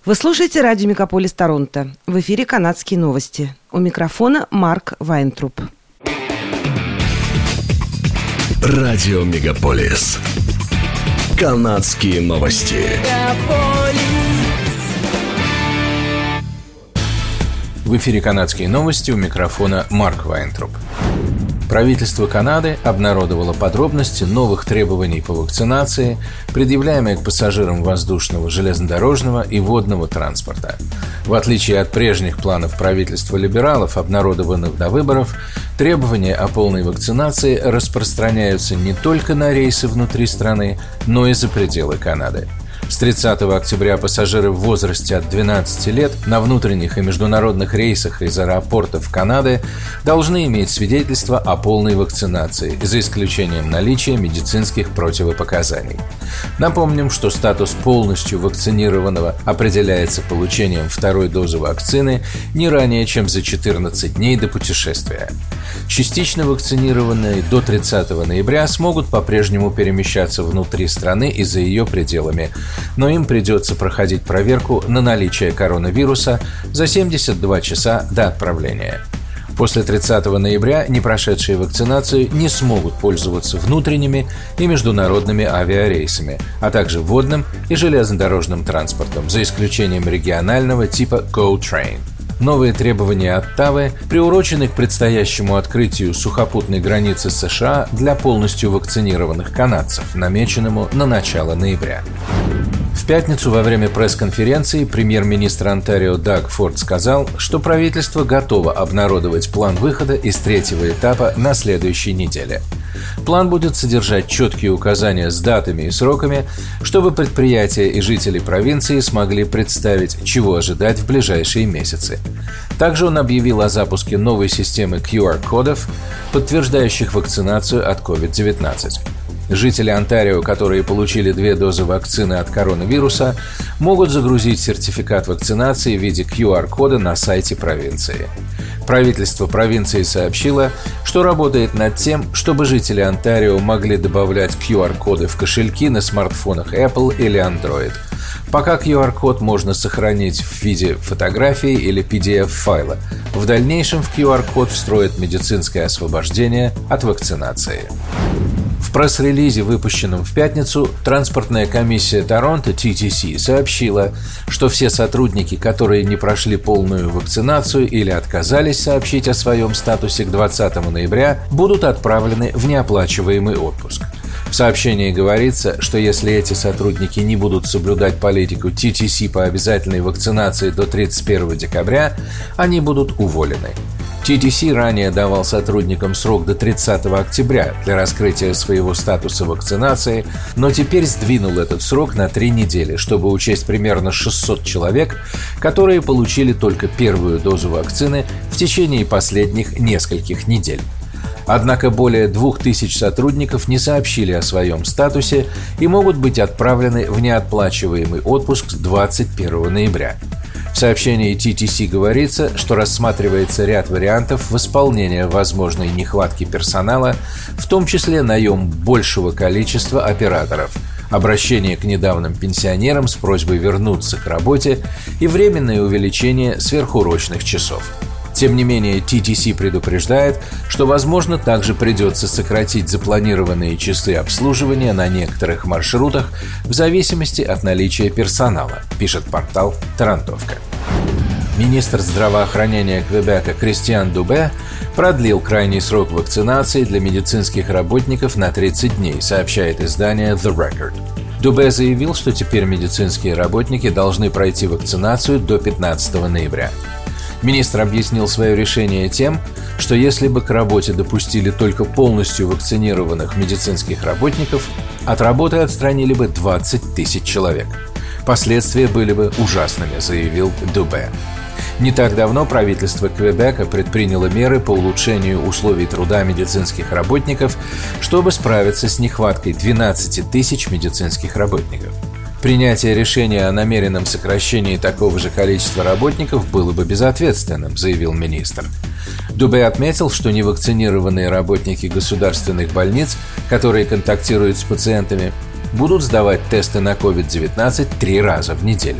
Вы слушаете радио «Мегаполис Торонто». В эфире канадские новости. У микрофона Марк Вайнтруп. Радио «Мегаполис». Канадские новости. В эфире канадские новости, у микрофона Марк Вайнтруп. Правительство Канады обнародовало подробности новых требований по вакцинации, предъявляемых пассажирам воздушного, железнодорожного и водного транспорта. В отличие от прежних планов правительства либералов, обнародованных до выборов, требования о полной вакцинации распространяются не только на рейсы внутри страны, но и за пределы Канады. С 30 октября пассажиры в возрасте от 12 лет на внутренних и международных рейсах из аэропортов Канады должны иметь свидетельство о полной вакцинации, за исключением наличия медицинских противопоказаний. Напомним, что статус полностью вакцинированного определяется получением второй дозы вакцины не ранее, чем за 14 дней до путешествия. Частично вакцинированные до 30 ноября смогут по-прежнему перемещаться внутри страны и за ее пределами, но им придется проходить проверку на наличие коронавируса за 72 часа до отправления. После 30 ноября не прошедшие вакцинацию не смогут пользоваться внутренними и международными авиарейсами, а также водным и железнодорожным транспортом, за исключением регионального типа GO Train. Новые требования Оттавы приурочены к предстоящему открытию сухопутной границы США для полностью вакцинированных канадцев, намеченному на начало ноября. В пятницу во время пресс-конференции премьер-министр Онтарио Даг Форд сказал, что правительство готово обнародовать план выхода из третьего этапа на следующей неделе. План будет содержать четкие указания с датами и сроками, чтобы предприятия и жители провинции смогли представить, чего ожидать в ближайшие месяцы. Также он объявил о запуске новой системы QR-кодов, подтверждающих вакцинацию от COVID-19. Жители Онтарио, которые получили 2 дозы вакцины от коронавируса, могут загрузить сертификат вакцинации в виде QR-кода на сайте провинции. Правительство провинции сообщило, что работает над тем, чтобы жители Онтарио могли добавлять QR-коды в кошельки на смартфонах Apple или Android. Пока QR-код можно сохранить в виде фотографии или PDF-файла. В дальнейшем в QR-код встроят медицинское освобождение от вакцинации. В пресс-релизе, выпущенном в пятницу, транспортная комиссия Торонто TTC сообщила, что все сотрудники, которые не прошли полную вакцинацию или отказались сообщить о своем статусе к 20 ноября, будут отправлены в неоплачиваемый отпуск. В сообщении говорится, что если эти сотрудники не будут соблюдать политику TTC по обязательной вакцинации до 31 декабря, они будут уволены. TTC ранее давал сотрудникам срок до 30 октября для раскрытия своего статуса вакцинации, но теперь сдвинул этот срок на 3 недели, чтобы учесть примерно 600 человек, которые получили только первую дозу вакцины в течение последних нескольких недель. Однако более 2000 сотрудников не сообщили о своем статусе и могут быть отправлены в неотплачиваемый отпуск с 21 ноября. В сообщении TTC говорится, что рассматривается ряд вариантов восполнения возможной нехватки персонала, в том числе наем большего количества операторов, обращение к недавним пенсионерам с просьбой вернуться к работе и временное увеличение сверхурочных часов. Тем не менее, TTC предупреждает, что, возможно, также придется сократить запланированные часы обслуживания на некоторых маршрутах в зависимости от наличия персонала, пишет портал «Тарантовка». Министр здравоохранения Квебека Кристиан Дубе продлил крайний срок вакцинации для медицинских работников на 30 дней, сообщает издание The Record. Дубе заявил, что теперь медицинские работники должны пройти вакцинацию до 15 ноября. Министр объяснил свое решение тем, что если бы к работе допустили только полностью вакцинированных медицинских работников, от работы отстранили бы 20 тысяч человек. Последствия были бы ужасными, заявил Дубе. Не так давно правительство Квебека предприняло меры по улучшению условий труда медицинских работников, чтобы справиться с нехваткой 12 тысяч медицинских работников. Принятие решения о намеренном сокращении такого же количества работников было бы безответственным, заявил министр. Дубе отметил, что невакцинированные работники государственных больниц, которые контактируют с пациентами, будут сдавать тесты на COVID-19 3 раза в неделю.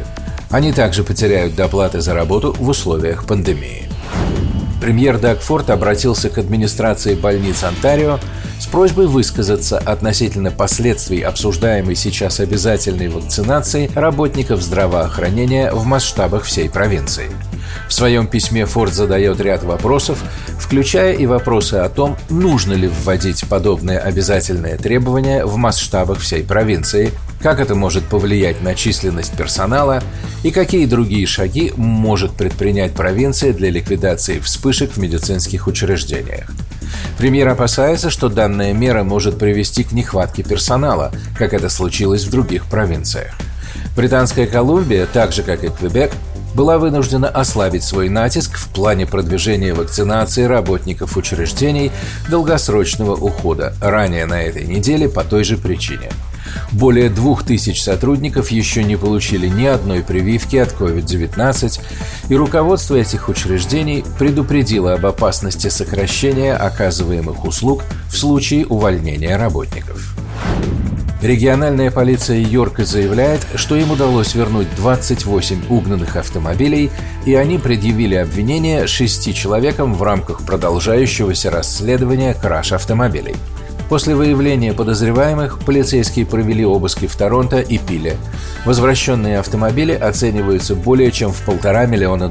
Они также потеряют доплаты за работу в условиях пандемии. Премьер Даг Форд обратился к администрации больниц Онтарио с просьбой высказаться относительно последствий обсуждаемой сейчас обязательной вакцинации работников здравоохранения в масштабах всей провинции. В своем письме Форд задает ряд вопросов, включая и вопросы о том, нужно ли вводить подобные обязательные требования в масштабах всей провинции, как это может повлиять на численность персонала и какие другие шаги может предпринять провинция для ликвидации вспышек в медицинских учреждениях. Премьер опасается, что данная мера может привести к нехватке персонала, как это случилось в других провинциях. Британская Колумбия, так же как и Квебек, была вынуждена ослабить свой натиск в плане продвижения вакцинации работников учреждений долгосрочного ухода ранее на этой неделе по той же причине. Более 2000 сотрудников еще не получили ни одной прививки от COVID-19, и руководство этих учреждений предупредило об опасности сокращения оказываемых услуг в случае увольнения работников. Региональная полиция Йорка заявляет, что им удалось вернуть 28 угнанных автомобилей, и они предъявили обвинение 6 человекам в рамках продолжающегося расследования краж автомобилей. После выявления подозреваемых полицейские провели обыски в Торонто и Пиле. Возвращенные автомобили оцениваются более чем в $1,5 миллиона.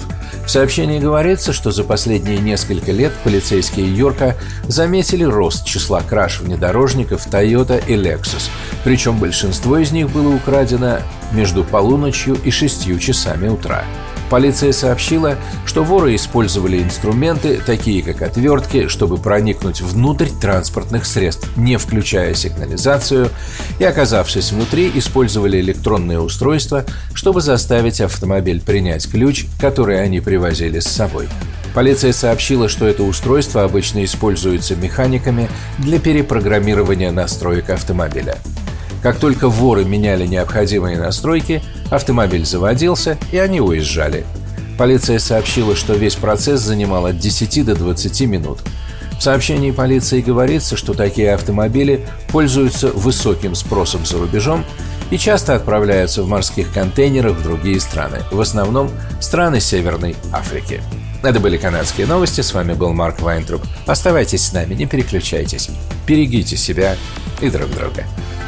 В сообщении говорится, что за последние несколько лет полицейские Йорка заметили рост числа краж внедорожников Toyota и Lexus, причем большинство из них было украдено между полуночью и 6 часами утра. Полиция сообщила, что воры использовали инструменты, такие как отвертки, чтобы проникнуть внутрь транспортных средств, не включая сигнализацию, и, оказавшись внутри, использовали электронные устройства, чтобы заставить автомобиль принять ключ, который они привозили с собой. Полиция сообщила, что это устройство обычно используется механиками для перепрограммирования настроек автомобиля. Как только воры меняли необходимые настройки, автомобиль заводился, и они уезжали. Полиция сообщила, что весь процесс занимал от 10 до 20 минут. В сообщении полиции говорится, что такие автомобили пользуются высоким спросом за рубежом и часто отправляются в морских контейнерах в другие страны, в основном страны Северной Африки. Это были канадские новости, с вами был Марк Вайнтруп. Оставайтесь с нами, не переключайтесь, берегите себя и друг друга.